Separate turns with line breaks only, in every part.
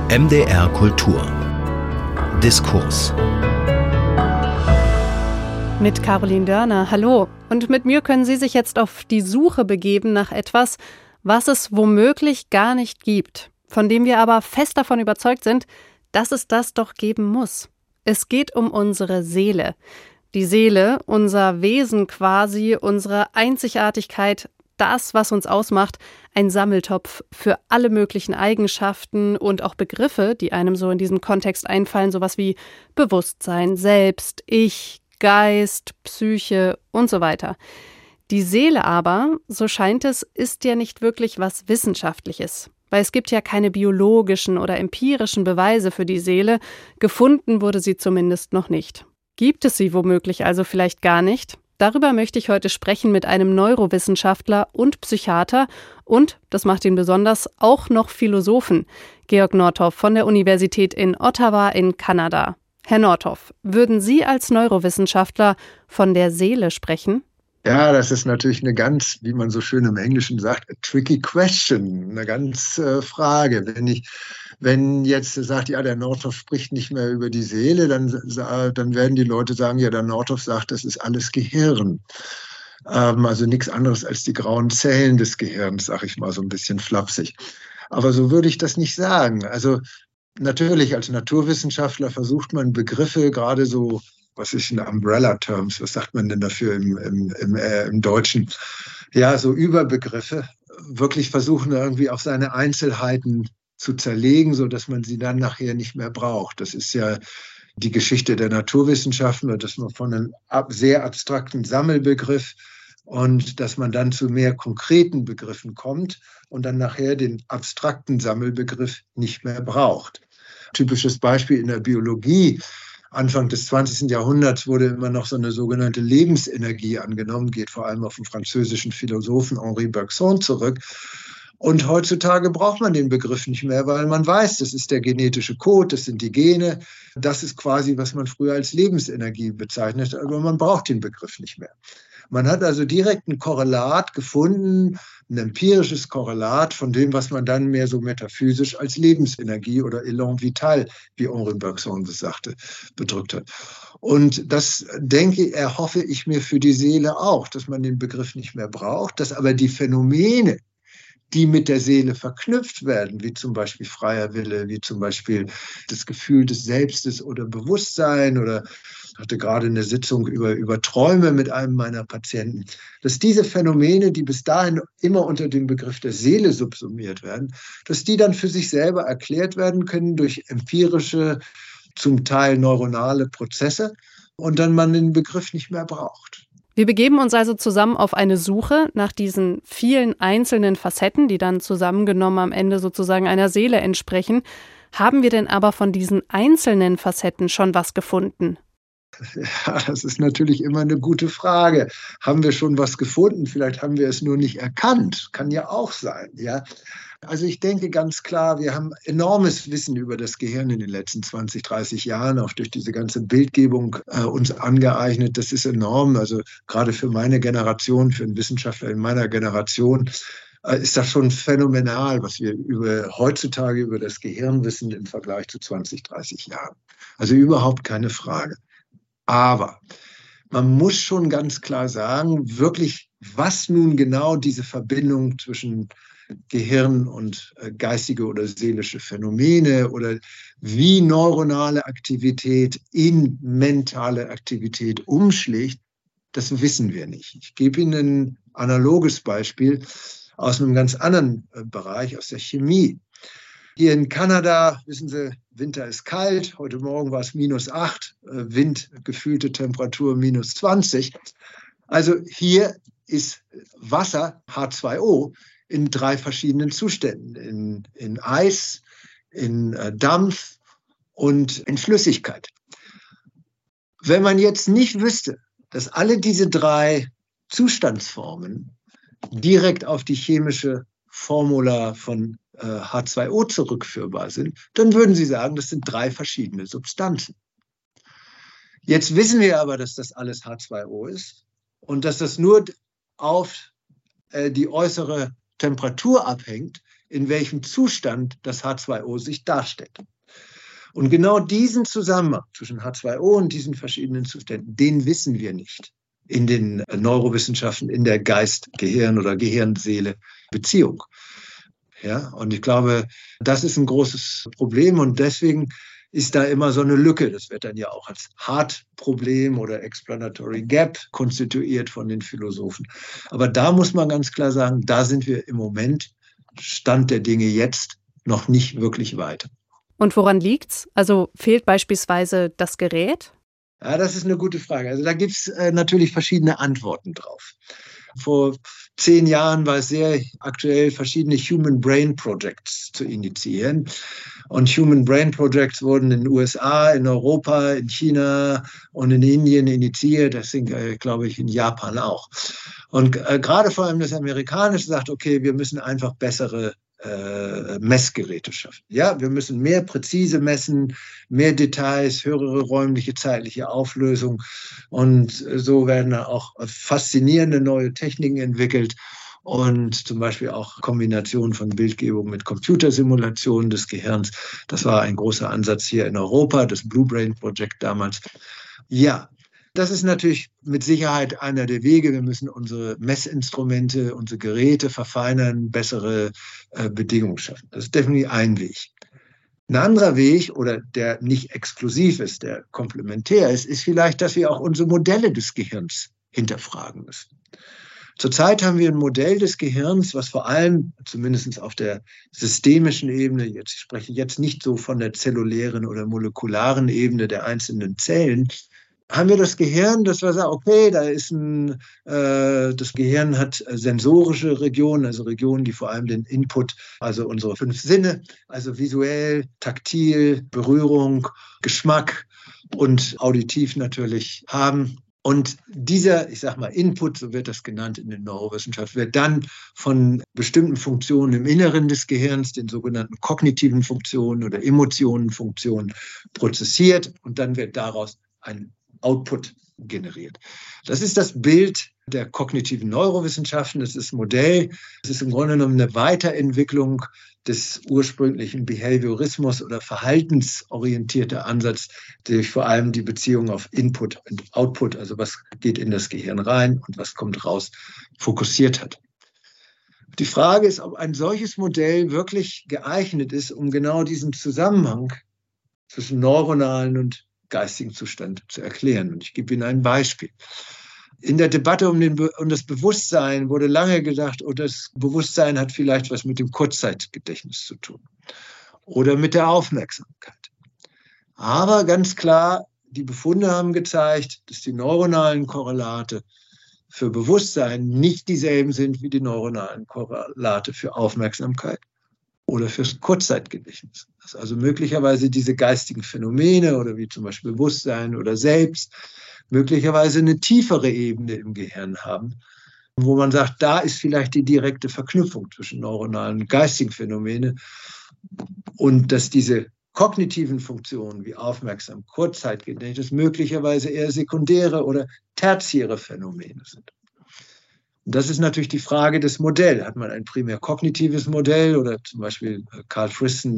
MDR Kultur. Diskurs.
Mit Caroline Dörner, hallo. Und mit mir können Sie sich jetzt auf die Suche begeben nach etwas, was es womöglich gar nicht gibt, von dem wir aber fest davon überzeugt sind, dass es das doch geben muss. Es geht um unsere Seele. Die Seele, unser Wesen quasi, unsere Einzigartigkeit, das, was uns ausmacht, ein Sammeltopf für alle möglichen Eigenschaften und auch Begriffe, die einem so in diesem Kontext einfallen, sowas wie Bewusstsein, Selbst, Ich, Geist, Psyche und so weiter. Die Seele aber, so scheint es, ist ja nicht wirklich was Wissenschaftliches. Weil es gibt ja keine biologischen oder empirischen Beweise für die Seele. Gefunden wurde sie zumindest noch nicht. Gibt es sie womöglich also vielleicht gar nicht? Darüber möchte ich heute sprechen mit einem Neurowissenschaftler und Psychiater und, das macht ihn besonders, auch noch Philosophen, Georg Nordhoff von der Universität in Ottawa in Kanada. Herr Nordhoff, würden Sie als Neurowissenschaftler von der Seele sprechen?
Ja, das ist natürlich eine ganz, wie man so schön im Englischen sagt, a tricky question, eine ganz Frage. Wenn jetzt sagt, ja, der Nordhoff spricht nicht mehr über die Seele, dann werden die Leute sagen, ja, der Nordhoff sagt, das ist alles Gehirn. Also nichts anderes als die grauen Zellen des Gehirns, sage ich mal so ein bisschen flapsig. Aber so würde ich das nicht sagen. Also natürlich als Naturwissenschaftler versucht man Begriffe gerade so, was ist eine Umbrella-Terms, was sagt man denn dafür im Deutschen? Ja, so Überbegriffe, wirklich versuchen irgendwie auf seine Einzelheiten zu zerlegen, sodass man sie dann nachher nicht mehr braucht. Das ist ja die Geschichte der Naturwissenschaften, dass man von einem sehr abstrakten Sammelbegriff und dass man dann zu mehr konkreten Begriffen kommt und dann nachher den abstrakten Sammelbegriff nicht mehr braucht. Typisches Beispiel in der Biologie. Anfang des 20. Jahrhunderts wurde immer noch so eine sogenannte Lebensenergie angenommen, geht vor allem auf den französischen Philosophen Henri Bergson zurück. Und heutzutage braucht man den Begriff nicht mehr, weil man weiß, das ist der genetische Code, das sind die Gene. Das ist quasi, was man früher als Lebensenergie bezeichnet, aber man braucht den Begriff nicht mehr. Man hat also direkt ein Korrelat gefunden, ein empirisches Korrelat von dem, was man dann mehr so metaphysisch als Lebensenergie oder Élan vital, wie Henri Bergson das sagte, bedrückt hat. Und das erhoffe ich mir für die Seele auch, dass man den Begriff nicht mehr braucht, dass aber die Phänomene, die mit der Seele verknüpft werden, wie zum Beispiel freier Wille, wie zum Beispiel das Gefühl des Selbstes oder Bewusstsein oder ich hatte gerade eine Sitzung über Träume mit einem meiner Patienten, dass diese Phänomene, die bis dahin immer unter dem Begriff der Seele subsumiert werden, dass die dann für sich selber erklärt werden können durch empirische, zum Teil neuronale Prozesse und dann man den Begriff nicht mehr braucht.
Wir begeben uns also zusammen auf eine Suche nach diesen vielen einzelnen Facetten, die dann zusammengenommen am Ende sozusagen einer Seele entsprechen. Haben wir denn aber von diesen einzelnen Facetten schon was gefunden?
Ja, das ist natürlich immer eine gute Frage. Haben wir schon was gefunden? Vielleicht haben wir es nur nicht erkannt. Kann ja auch sein, ja. Also ich denke ganz klar, wir haben enormes Wissen über das Gehirn in den letzten 20, 30 Jahren, auch durch diese ganze Bildgebung uns angeeignet. Das ist enorm. Also gerade für meine Generation, für einen Wissenschaftler in meiner Generation, ist das schon phänomenal, was wir heutzutage über das Gehirn wissen im Vergleich zu 20, 30 Jahren. Also überhaupt keine Frage. Aber man muss schon ganz klar sagen, wirklich, was nun genau diese Verbindung zwischen Gehirn und geistige oder seelische Phänomene oder wie neuronale Aktivität in mentale Aktivität umschlägt, das wissen wir nicht. Ich gebe Ihnen ein analoges Beispiel aus einem ganz anderen Bereich, aus der Chemie. Hier in Kanada, wissen Sie, Winter ist kalt. Heute Morgen war es -8, Wind, gefühlte Temperatur -20. Also hier ist Wasser, H2O, in 3 verschiedenen Zuständen. In Eis, in Dampf und in Flüssigkeit. Wenn man jetzt nicht wüsste, dass alle diese 3 Zustandsformen direkt auf die chemische Formula von H2O zurückführbar sind, dann würden Sie sagen, das sind 3 verschiedene Substanzen. Jetzt wissen wir aber, dass das alles H2O ist und dass das nur auf die äußere Temperatur abhängt, in welchem Zustand das H2O sich darstellt. Und genau diesen Zusammenhang zwischen H2O und diesen verschiedenen Zuständen, den wissen wir nicht in den Neurowissenschaften, in der Geist-Gehirn- oder Gehirn-Seele-Beziehung. Ja, und ich glaube, das ist ein großes Problem und deswegen ist da immer so eine Lücke. Das wird dann ja auch als Hart-Problem oder Explanatory Gap konstituiert von den Philosophen. Aber da muss man ganz klar sagen, da sind wir im Moment, Stand der Dinge jetzt, noch nicht wirklich weiter.
Und woran liegt's? Also fehlt beispielsweise das Gerät?
Ja, das ist eine gute Frage. Also da gibt es natürlich verschiedene Antworten drauf. Vor 10 Jahren war es sehr aktuell, verschiedene Human Brain Projects zu initiieren. Und Human Brain Projects wurden in den USA, in Europa, in China und in Indien initiiert. Das sind, glaube ich, in Japan auch. Und gerade vor allem das Amerikanische sagt, okay, wir müssen einfach bessere Messgeräte schaffen. Ja, wir müssen mehr präzise messen, mehr Details, höhere räumliche, zeitliche Auflösung. Und so werden auch faszinierende neue Techniken entwickelt und zum Beispiel auch Kombinationen von Bildgebung mit Computersimulationen des Gehirns. Das war ein großer Ansatz hier in Europa, das Blue Brain Project damals. Ja, das ist natürlich mit Sicherheit einer der Wege. Wir müssen unsere Messinstrumente, unsere Geräte verfeinern, bessere Bedingungen schaffen. Das ist definitiv ein Weg. Ein anderer Weg, oder der nicht exklusiv ist, der komplementär ist, ist vielleicht, dass wir auch unsere Modelle des Gehirns hinterfragen müssen. Zurzeit haben wir ein Modell des Gehirns, was vor allem, zumindest auf der systemischen Ebene, ich spreche jetzt nicht so von der zellulären oder molekularen Ebene der einzelnen Zellen, haben wir das Gehirn, dass wir sagen, okay, das Gehirn hat sensorische Regionen, also Regionen, die vor allem den Input, also unsere 5 Sinne, also visuell, taktil, Berührung, Geschmack und auditiv natürlich haben. Und dieser, ich sag mal, Input, so wird das genannt in der Neurowissenschaft, wird dann von bestimmten Funktionen im Inneren des Gehirns, den sogenannten kognitiven Funktionen oder Emotionenfunktionen, prozessiert und dann wird daraus ein Output generiert. Das ist das Bild der kognitiven Neurowissenschaften. Das ist ein Modell. Das ist im Grunde genommen eine Weiterentwicklung des ursprünglichen Behaviorismus oder verhaltensorientierter Ansatz, der vor allem die Beziehung auf Input und Output, also was geht in das Gehirn rein und was kommt raus, fokussiert hat. Die Frage ist, ob ein solches Modell wirklich geeignet ist, um genau diesen Zusammenhang zwischen neuronalen und geistigen Zustand zu erklären. Und ich gebe Ihnen ein Beispiel. In der Debatte um das Bewusstsein wurde lange gedacht, oh, das Bewusstsein hat vielleicht was mit dem Kurzzeitgedächtnis zu tun oder mit der Aufmerksamkeit. Aber ganz klar, die Befunde haben gezeigt, dass die neuronalen Korrelate für Bewusstsein nicht dieselben sind wie die neuronalen Korrelate für Aufmerksamkeit oder fürs Kurzzeitgedächtnis. Dass also möglicherweise diese geistigen Phänomene oder wie zum Beispiel Bewusstsein oder Selbst möglicherweise eine tiefere Ebene im Gehirn haben, wo man sagt, da ist vielleicht die direkte Verknüpfung zwischen neuronalen und geistigen Phänomenen und dass diese kognitiven Funktionen wie Aufmerksam, Kurzzeitgedächtnis möglicherweise eher sekundäre oder tertiäre Phänomene sind. Und das ist natürlich die Frage des Modells. Hat man ein primär kognitives Modell oder zum Beispiel Carl Friston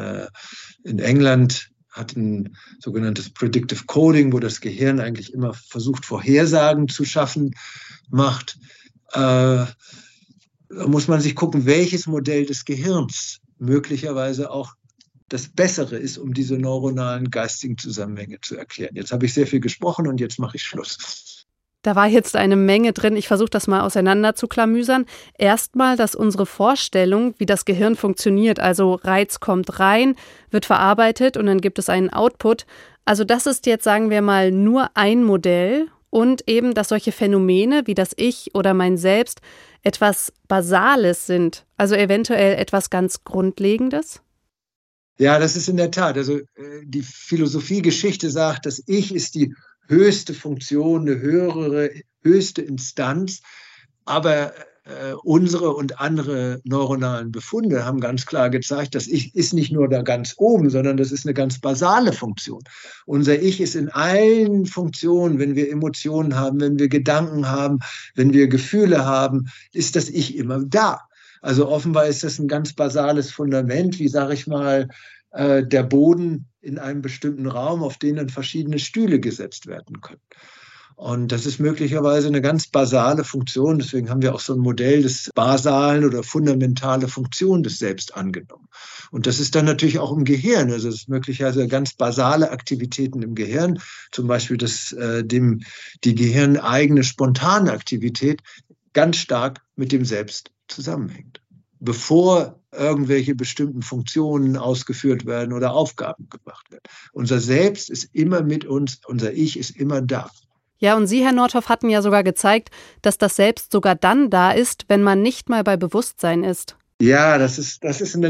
in England hat ein sogenanntes Predictive Coding, wo das Gehirn eigentlich immer versucht, Vorhersagen zu schaffen, macht. Da muss man sich gucken, welches Modell des Gehirns möglicherweise auch das Bessere ist, um diese neuronalen geistigen Zusammenhänge zu erklären. Jetzt habe ich sehr viel gesprochen und jetzt mache ich Schluss.
Da war jetzt eine Menge drin. Ich versuche das mal auseinander zu klamüsern. Erstmal, dass unsere Vorstellung, wie das Gehirn funktioniert, also Reiz kommt rein, wird verarbeitet und dann gibt es einen Output. Also das ist jetzt, sagen wir mal, nur ein Modell und eben, dass solche Phänomene wie das Ich oder mein Selbst etwas Basales sind, also eventuell etwas ganz Grundlegendes?
Ja, das ist in der Tat. Also die Philosophiegeschichte sagt, das Ich ist die höchste Funktion, eine höchste Instanz. Aber unsere und andere neuronalen Befunde haben ganz klar gezeigt, das Ich ist nicht nur da ganz oben, sondern das ist eine ganz basale Funktion. Unser Ich ist in allen Funktionen, wenn wir Emotionen haben, wenn wir Gedanken haben, wenn wir Gefühle haben, ist das Ich immer da. Also offenbar ist das ein ganz basales Fundament, wie sage ich mal, der Boden in einem bestimmten Raum, auf den dann verschiedene Stühle gesetzt werden können. Und das ist möglicherweise eine ganz basale Funktion. Deswegen haben wir auch so ein Modell des basalen oder fundamentale Funktion des Selbst angenommen. Und das ist dann natürlich auch im Gehirn. Also es ist möglicherweise ganz basale Aktivitäten im Gehirn, zum Beispiel, dass die gehirneigene spontane Aktivität ganz stark mit dem Selbst zusammenhängt, bevor irgendwelche bestimmten Funktionen ausgeführt werden oder Aufgaben gemacht werden. Unser Selbst ist immer mit uns, unser Ich ist immer da.
Ja, und Sie, Herr Nordhoff, hatten ja sogar gezeigt, dass das Selbst sogar dann da ist, wenn man nicht mal bei Bewusstsein ist.
Ja, das ist eine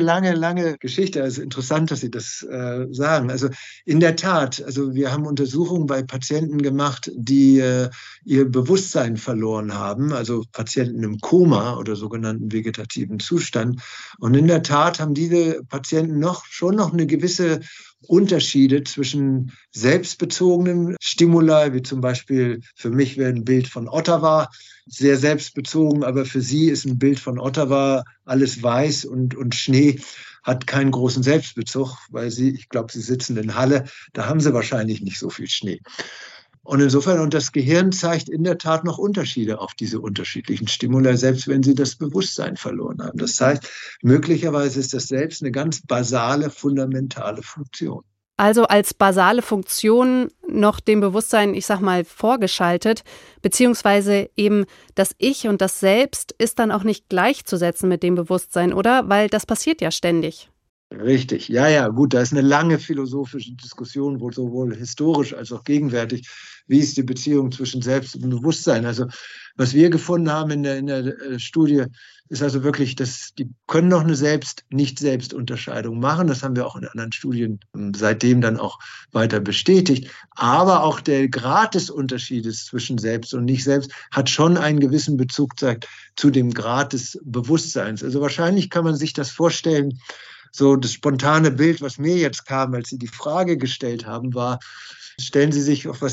lange Geschichte. Also interessant, dass Sie das sagen. Also in der Tat, also wir haben Untersuchungen bei Patienten gemacht, die ihr Bewusstsein verloren haben, also Patienten im Koma oder sogenannten vegetativen Zustand. Und in der Tat haben diese Patienten schon noch eine gewisse Unterschiede zwischen selbstbezogenen Stimuli, wie zum Beispiel für mich wäre ein Bild von Ottawa sehr selbstbezogen, aber für sie ist ein Bild von Ottawa alles weiß und Schnee hat keinen großen Selbstbezug, weil ich glaube, sie sitzen in Halle, da haben sie wahrscheinlich nicht so viel Schnee. Und insofern, und das Gehirn zeigt in der Tat noch Unterschiede auf diese unterschiedlichen Stimuli, selbst wenn sie das Bewusstsein verloren haben. Das heißt, möglicherweise ist das Selbst eine ganz basale, fundamentale Funktion.
Also als basale Funktion noch dem Bewusstsein, ich sag mal, vorgeschaltet, beziehungsweise eben das Ich und das Selbst ist dann auch nicht gleichzusetzen mit dem Bewusstsein, oder? Weil das passiert ja ständig.
Richtig, ja, gut, da ist eine lange philosophische Diskussion, wohl sowohl historisch als auch gegenwärtig. Wie ist die Beziehung zwischen Selbst und Bewusstsein? Also was wir gefunden haben in der Studie, ist also wirklich, dass die können noch eine Nicht-Selbst-Unterscheidung machen. Das haben wir auch in anderen Studien seitdem dann auch weiter bestätigt. Aber auch der Grad des Unterschiedes zwischen Selbst und Nicht-Selbst hat schon einen gewissen Bezug zu dem Grad des Bewusstseins. Also wahrscheinlich kann man sich das vorstellen, so das spontane Bild, was mir jetzt kam, als Sie die Frage gestellt haben, war, stellen Sie sich auf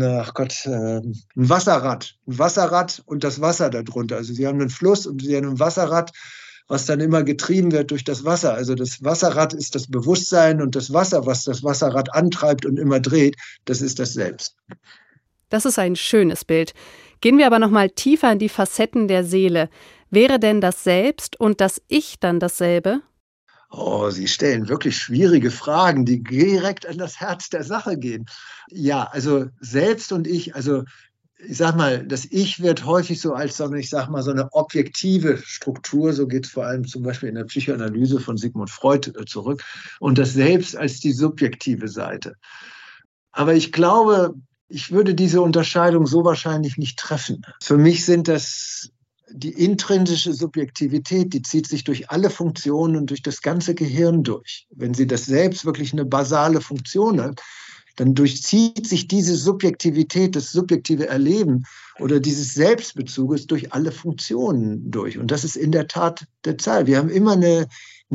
ein Wasserrad und das Wasser darunter. Also Sie haben einen Fluss und Sie haben ein Wasserrad, was dann immer getrieben wird durch das Wasser. Also das Wasserrad ist das Bewusstsein und das Wasser, was das Wasserrad antreibt und immer dreht, das ist das Selbst.
Das ist ein schönes Bild. Gehen wir aber noch mal tiefer in die Facetten der Seele. Wäre denn das Selbst und das Ich dann dasselbe?
Oh, Sie stellen wirklich schwierige Fragen, die direkt an das Herz der Sache gehen. Ja, also Selbst und Ich, also ich sag mal, das Ich wird häufig so als so eine objektive Struktur, so geht es vor allem zum Beispiel in der Psychoanalyse von Sigmund Freud zurück, und das Selbst als die subjektive Seite. Aber ich glaube, ich würde diese Unterscheidung so wahrscheinlich nicht treffen. Für mich sind das die intrinsische Subjektivität, die zieht sich durch alle Funktionen und durch das ganze Gehirn durch. Wenn sie das Selbst wirklich eine basale Funktion hat, dann durchzieht sich diese Subjektivität, das subjektive Erleben oder dieses Selbstbezuges durch alle Funktionen durch. Und das ist in der Tat der Fall. Wir haben immer eine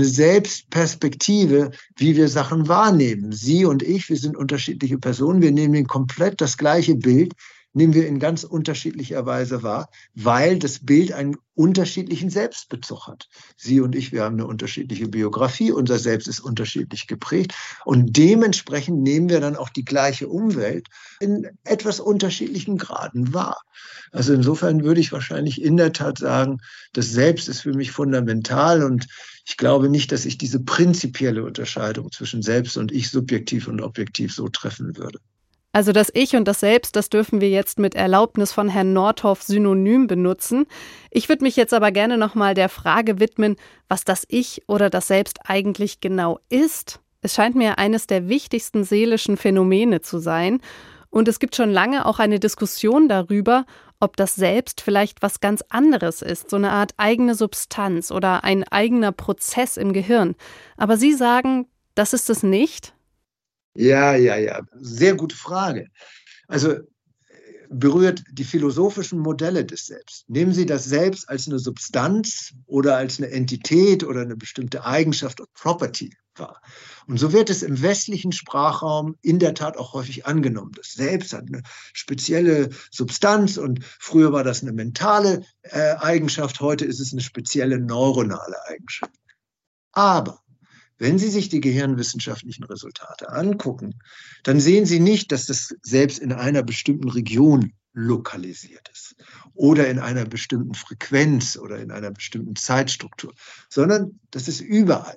Selbstperspektive, wie wir Sachen wahrnehmen. Sie und ich, wir sind unterschiedliche Personen, wir nehmen komplett das gleiche Bild, nehmen wir in ganz unterschiedlicher Weise wahr, weil das Bild einen unterschiedlichen Selbstbezug hat. Sie und ich, wir haben eine unterschiedliche Biografie, unser Selbst ist unterschiedlich geprägt und dementsprechend nehmen wir dann auch die gleiche Umwelt in etwas unterschiedlichen Graden wahr. Also insofern würde ich wahrscheinlich in der Tat sagen, das Selbst ist für mich fundamental und ich glaube nicht, dass ich diese prinzipielle Unterscheidung zwischen Selbst und Ich, subjektiv und objektiv, so treffen würde.
Also das Ich und das Selbst, das dürfen wir jetzt mit Erlaubnis von Herrn Nordhoff synonym benutzen. Ich würde mich jetzt aber gerne nochmal der Frage widmen, was das Ich oder das Selbst eigentlich genau ist. Es scheint mir eines der wichtigsten seelischen Phänomene zu sein. Und es gibt schon lange auch eine Diskussion darüber, ob das Selbst vielleicht was ganz anderes ist, so eine Art eigene Substanz oder ein eigener Prozess im Gehirn. Aber Sie sagen, das ist es nicht?
Ja. Sehr gute Frage. Also berührt die philosophischen Modelle des Selbst. Nehmen Sie das Selbst als eine Substanz oder als eine Entität oder eine bestimmte Eigenschaft oder Property wahr. Und so wird es im westlichen Sprachraum in der Tat auch häufig angenommen. Das Selbst hat eine spezielle Substanz und früher war das eine mentale Eigenschaft, heute ist es eine spezielle neuronale Eigenschaft. Aber wenn Sie sich die gehirnwissenschaftlichen Resultate angucken, dann sehen Sie nicht, dass das Selbst in einer bestimmten Region lokalisiert ist oder in einer bestimmten Frequenz oder in einer bestimmten Zeitstruktur, sondern das ist überall.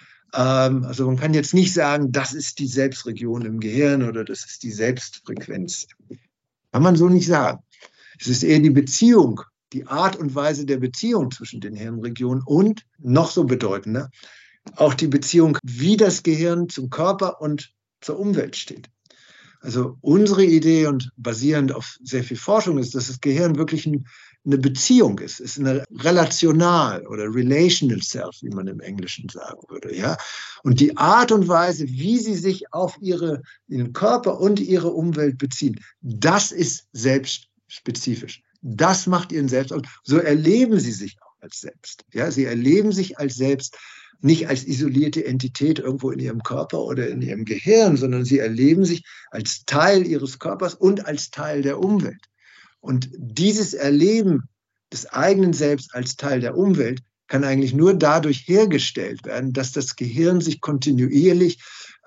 Also man kann jetzt nicht sagen, das ist die Selbstregion im Gehirn oder das ist die Selbstfrequenz. Kann man so nicht sagen. Es ist eher die Beziehung, die Art und Weise der Beziehung zwischen den Hirnregionen und, noch so bedeutender, auch die Beziehung, wie das Gehirn zum Körper und zur Umwelt steht. Also unsere Idee und basierend auf sehr viel Forschung ist, dass das Gehirn wirklich eine Beziehung ist. Es ist eine relational oder relational self, wie man im Englischen sagen würde. Ja? Und die Art und Weise, wie sie sich auf ihren Körper und ihre Umwelt beziehen, das ist selbstspezifisch. Das macht ihren Selbst aus. So erleben sie sich auch als Selbst. Ja? Sie erleben sich als Selbst, nicht als isolierte Entität irgendwo in ihrem Körper oder in ihrem Gehirn, sondern sie erleben sich als Teil ihres Körpers und als Teil der Umwelt. Und dieses Erleben des eigenen Selbst als Teil der Umwelt kann eigentlich nur dadurch hergestellt werden, dass das Gehirn sich kontinuierlich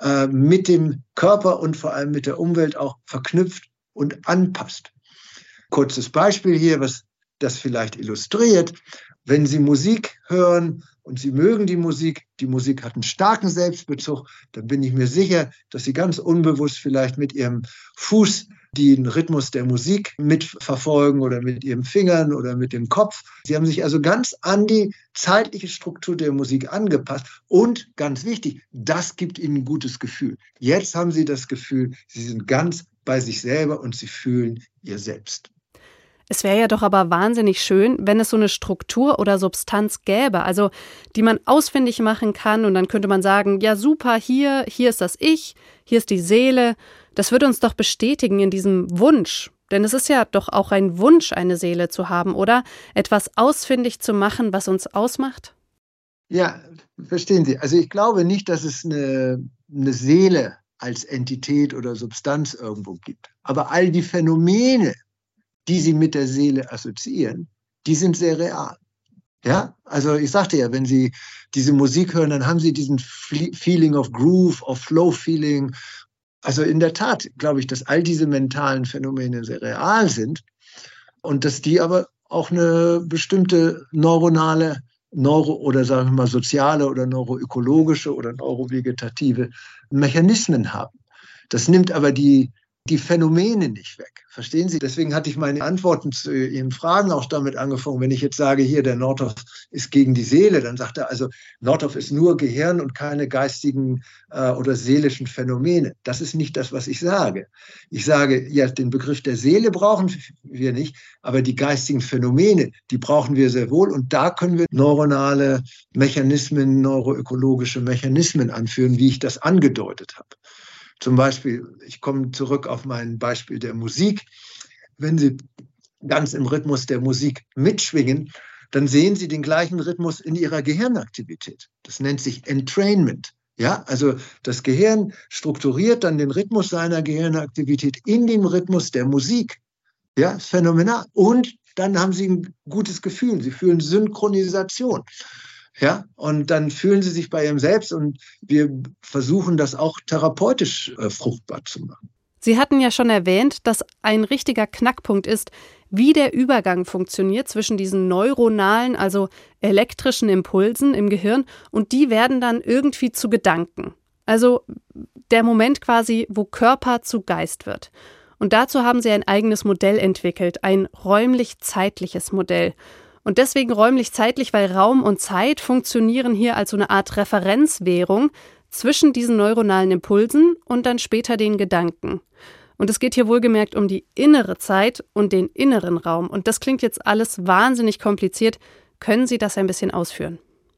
mit dem Körper und vor allem mit der Umwelt auch verknüpft und anpasst. Kurzes Beispiel hier, was das vielleicht illustriert. Wenn Sie Musik hören und Sie mögen die Musik hat einen starken Selbstbezug, dann bin ich mir sicher, dass Sie ganz unbewusst vielleicht mit Ihrem Fuß den Rhythmus der Musik mitverfolgen oder mit Ihren Fingern oder mit dem Kopf. Sie haben sich also ganz an die zeitliche Struktur der Musik angepasst und ganz wichtig, das gibt Ihnen ein gutes Gefühl. Jetzt haben Sie das Gefühl, Sie sind ganz bei sich selber und Sie fühlen Ihr Selbst.
Es wäre ja doch aber wahnsinnig schön, wenn es so eine Struktur oder Substanz gäbe, also die man ausfindig machen kann und dann könnte man sagen, ja super, hier ist das Ich, hier ist die Seele. Das würde uns doch bestätigen in diesem Wunsch. Denn es ist ja doch auch ein Wunsch, eine Seele zu haben, oder? Etwas ausfindig zu machen, was uns ausmacht?
Ja, verstehen Sie. Also ich glaube nicht, dass es eine Seele als Entität oder Substanz irgendwo gibt. Aber all die Phänomene, die Sie mit der Seele assoziieren, die sind sehr real. Ja, also ich sagte ja, wenn Sie diese Musik hören, dann haben Sie diesen Feeling of Groove, of Flow-Feeling. Also in der Tat glaube ich, dass all diese mentalen Phänomene sehr real sind und dass die aber auch eine bestimmte neuronale, oder sagen wir mal soziale oder neuroökologische oder neurovegetative Mechanismen haben. Das nimmt aber die Phänomene nicht weg. Verstehen Sie? Deswegen hatte ich meine Antworten zu Ihren Fragen auch damit angefangen. Wenn ich jetzt sage, hier, der Nordhoff ist gegen die Seele, dann sagt er also, Nordhoff ist nur Gehirn und keine geistigen oder seelischen Phänomene. Das ist nicht das, was ich sage. Ich sage, ja, den Begriff der Seele brauchen wir nicht, aber die geistigen Phänomene, die brauchen wir sehr wohl. Und da können wir neuronale Mechanismen, neuroökologische Mechanismen anführen, wie ich das angedeutet habe. Zum Beispiel, ich komme zurück auf mein Beispiel der Musik. Wenn Sie ganz im Rhythmus der Musik mitschwingen, dann sehen Sie den gleichen Rhythmus in Ihrer Gehirnaktivität. Das nennt sich Entrainment. Ja, also das Gehirn strukturiert dann den Rhythmus seiner Gehirnaktivität in den Rhythmus der Musik. Ja, ist phänomenal. Und dann haben Sie ein gutes Gefühl. Sie fühlen Synchronisation. Ja, und dann fühlen sie sich bei ihrem Selbst und wir versuchen das auch therapeutisch fruchtbar zu machen.
Sie hatten ja schon erwähnt, dass ein richtiger Knackpunkt ist, wie der Übergang funktioniert zwischen diesen neuronalen, also elektrischen Impulsen im Gehirn und die werden dann irgendwie zu Gedanken. Also der Moment quasi, wo Körper zu Geist wird. Und dazu haben Sie ein eigenes Modell entwickelt, ein räumlich-zeitliches Modell. Und deswegen räumlich-zeitlich, weil Raum und Zeit funktionieren hier als so eine Art Referenzwährung zwischen diesen neuronalen Impulsen und dann später den Gedanken. Und es geht hier wohlgemerkt um die innere Zeit und den inneren Raum. Und das klingt jetzt alles wahnsinnig kompliziert. Können Sie das ein bisschen ausführen?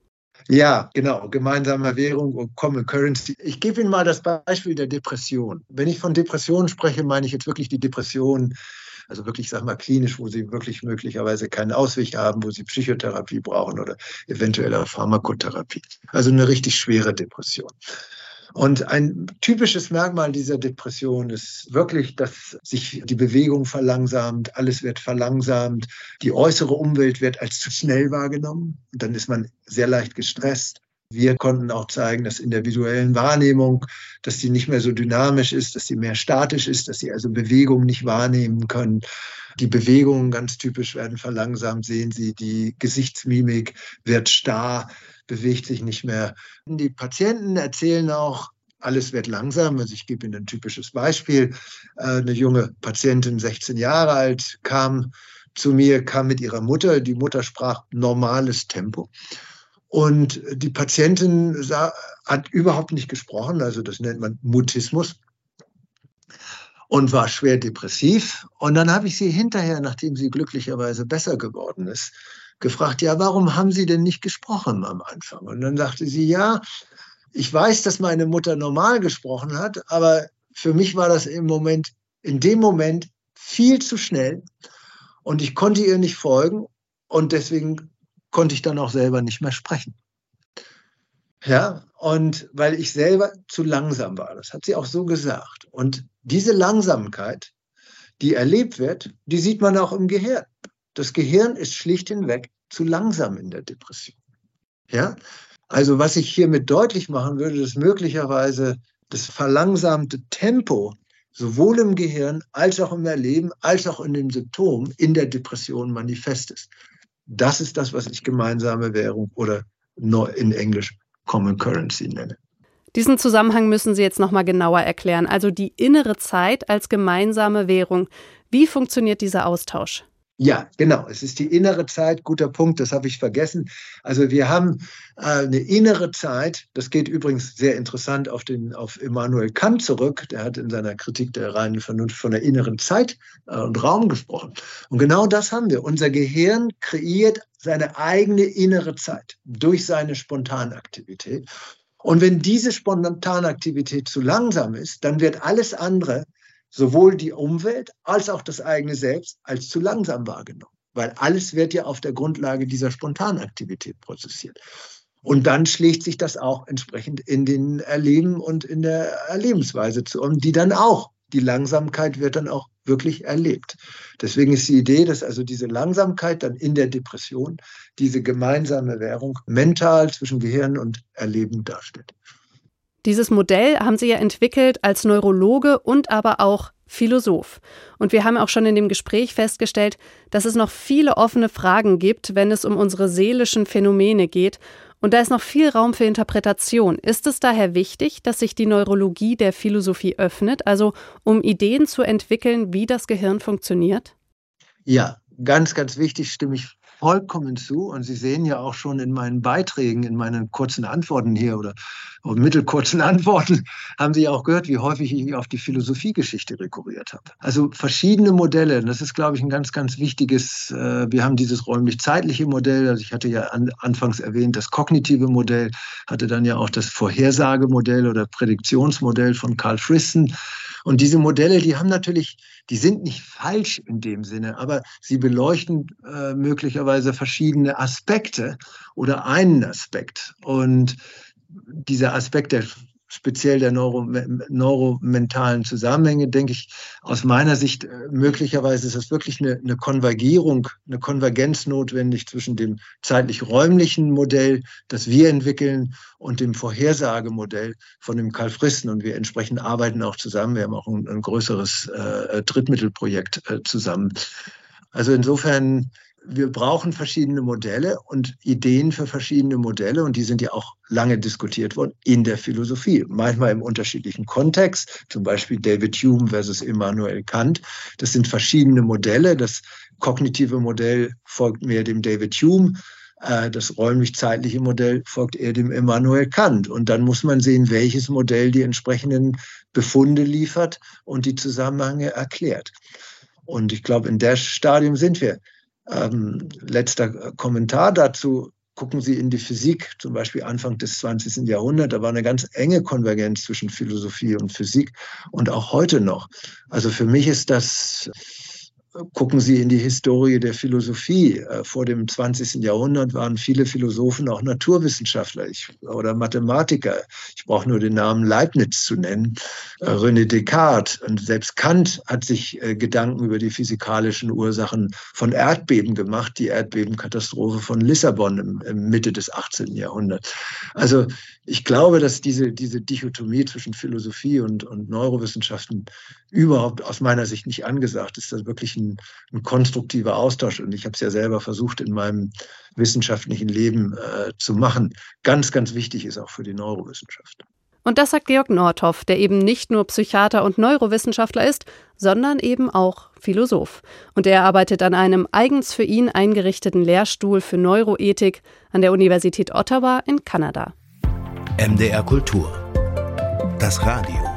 Ja, genau. Gemeinsame Währung und Common Currency. Ich gebe Ihnen mal das Beispiel der Depression. Wenn ich von Depression spreche, meine ich jetzt wirklich die Depression also wirklich, sag mal, klinisch, wo sie wirklich möglicherweise keinen Ausweg haben, wo sie Psychotherapie brauchen oder eventuell auch Pharmakotherapie. Also eine richtig schwere Depression. Und ein typisches Merkmal dieser Depression ist wirklich, dass sich die Bewegung verlangsamt, alles wird verlangsamt, die äußere Umwelt wird als zu schnell wahrgenommen und dann ist man sehr leicht gestresst. Wir konnten auch zeigen, dass in der visuellen Wahrnehmung, dass sie nicht mehr so dynamisch ist, dass sie mehr statisch ist, dass sie also Bewegungen nicht wahrnehmen können. Die Bewegungen ganz typisch werden verlangsamt, sehen Sie, die Gesichtsmimik wird starr, bewegt sich nicht mehr. Die Patienten erzählen auch, alles wird langsam. Also ich gebe Ihnen ein typisches Beispiel. Eine junge Patientin, 16 Jahre alt, kam zu mir, kam mit ihrer Mutter. Die Mutter sprach normales Tempo. Und die Patientin hat überhaupt nicht gesprochen, also das nennt man Mutismus, und war schwer depressiv. Und dann habe ich sie hinterher, nachdem sie glücklicherweise besser geworden ist, gefragt, ja, warum haben Sie denn nicht gesprochen am Anfang? Und dann sagte sie, ja, ich weiß, dass meine Mutter normal gesprochen hat, aber für mich war das in dem Moment viel zu schnell und ich konnte ihr nicht folgen und deswegen konnte ich dann auch selber nicht mehr sprechen. Ja, und weil ich selber zu langsam war, das hat sie auch so gesagt. Und diese Langsamkeit, die erlebt wird, die sieht man auch im Gehirn. Das Gehirn ist schlicht hinweg zu langsam in der Depression. Ja, also was ich hiermit deutlich machen würde, dass möglicherweise das verlangsamte Tempo sowohl im Gehirn als auch im Erleben, als auch in den Symptomen in der Depression manifest ist. Das ist das, was ich gemeinsame Währung oder in Englisch Common Currency nenne.
Diesen Zusammenhang müssen Sie jetzt nochmal genauer erklären. Also die innere Zeit als gemeinsame Währung. Wie funktioniert dieser Austausch?
Ja, genau. Es ist die innere Zeit. Guter Punkt, das habe ich vergessen. Also wir haben eine innere Zeit. Das geht übrigens sehr interessant auf Immanuel Kant zurück. Der hat in seiner Kritik der reinen Vernunft von der inneren Zeit und Raum gesprochen. Und genau das haben wir. Unser Gehirn kreiert seine eigene innere Zeit durch seine Spontanaktivität. Und wenn diese Spontanaktivität zu langsam ist, dann wird alles andere, sowohl die Umwelt als auch das eigene Selbst, als zu langsam wahrgenommen. Weil alles wird ja auf der Grundlage dieser Spontanaktivität prozessiert. Und dann schlägt sich das auch entsprechend in den Erleben und in der Erlebensweise zu, und die Langsamkeit wird dann auch wirklich erlebt. Deswegen ist die Idee, dass also diese Langsamkeit dann in der Depression diese gemeinsame Währung mental zwischen Gehirn und Erleben darstellt.
Dieses Modell haben Sie ja entwickelt als Neurologe und aber auch Philosoph. Und wir haben auch schon in dem Gespräch festgestellt, dass es noch viele offene Fragen gibt, wenn es um unsere seelischen Phänomene geht. Und da ist noch viel Raum für Interpretation. Ist es daher wichtig, dass sich die Neurologie der Philosophie öffnet, also um Ideen zu entwickeln, wie das Gehirn funktioniert?
Ja, ganz, ganz wichtig, stimme ich vollkommen zu. Und Sie sehen ja auch schon in meinen Beiträgen, in meinen kurzen Antworten hier oder mittelkurzen Antworten, haben Sie ja auch gehört, wie häufig ich auf die Philosophiegeschichte rekurriert habe. Also verschiedene Modelle, das ist, glaube ich, ein ganz, ganz wichtiges, wir haben dieses räumlich-zeitliche Modell, also ich hatte ja anfangs erwähnt, das kognitive Modell, hatte dann ja auch das Vorhersagemodell oder Prädiktionsmodell von Carl Friston. Und diese Modelle, die sind nicht falsch in dem Sinne, aber sie beleuchten möglicherweise verschiedene Aspekte oder einen Aspekt. Und dieser Aspekt speziell der neuromentalen Zusammenhänge, denke ich, aus meiner Sicht möglicherweise ist es wirklich eine Konvergenz notwendig zwischen dem zeitlich-räumlichen Modell, das wir entwickeln, und dem Vorhersagemodell von dem Carl Friston. Und wir entsprechend arbeiten auch zusammen. Wir haben auch ein größeres Drittmittelprojekt zusammen. Also insofern, wir brauchen verschiedene Modelle und Ideen für verschiedene Modelle, und die sind ja auch lange diskutiert worden in der Philosophie, manchmal im unterschiedlichen Kontext, zum Beispiel David Hume versus Immanuel Kant. Das sind verschiedene Modelle. Das kognitive Modell folgt mehr dem David Hume, das räumlich-zeitliche Modell folgt eher dem Immanuel Kant. Und dann muss man sehen, welches Modell die entsprechenden Befunde liefert und die Zusammenhänge erklärt. Und ich glaube, in der Stadium sind wir. Letzter Kommentar dazu: Gucken Sie in die Physik, zum Beispiel Anfang des 20. Jahrhunderts, da war eine ganz enge Konvergenz zwischen Philosophie und Physik und auch heute noch. Also für mich ist das gucken Sie in die Historie der Philosophie. Vor dem 20. Jahrhundert waren viele Philosophen auch Naturwissenschaftler oder Mathematiker. Ich brauche nur den Namen Leibniz zu nennen, René Descartes. Und selbst Kant hat sich Gedanken über die physikalischen Ursachen von Erdbeben gemacht, die Erdbebenkatastrophe von Lissabon im Mitte des 18. Jahrhunderts. Also ich glaube, dass diese Dichotomie zwischen Philosophie und Neurowissenschaften überhaupt aus meiner Sicht nicht angesagt ist. Das ist wirklich ein konstruktiver Austausch. Und ich habe es ja selber versucht, in meinem wissenschaftlichen Leben zu machen. Ganz, ganz wichtig ist auch für die Neurowissenschaft.
Und das sagt Georg Nordhoff, der eben nicht nur Psychiater und Neurowissenschaftler ist, sondern eben auch Philosoph. Und er arbeitet an einem eigens für ihn eingerichteten Lehrstuhl für Neuroethik an der Universität Ottawa in Kanada.
MDR Kultur. Das Radio.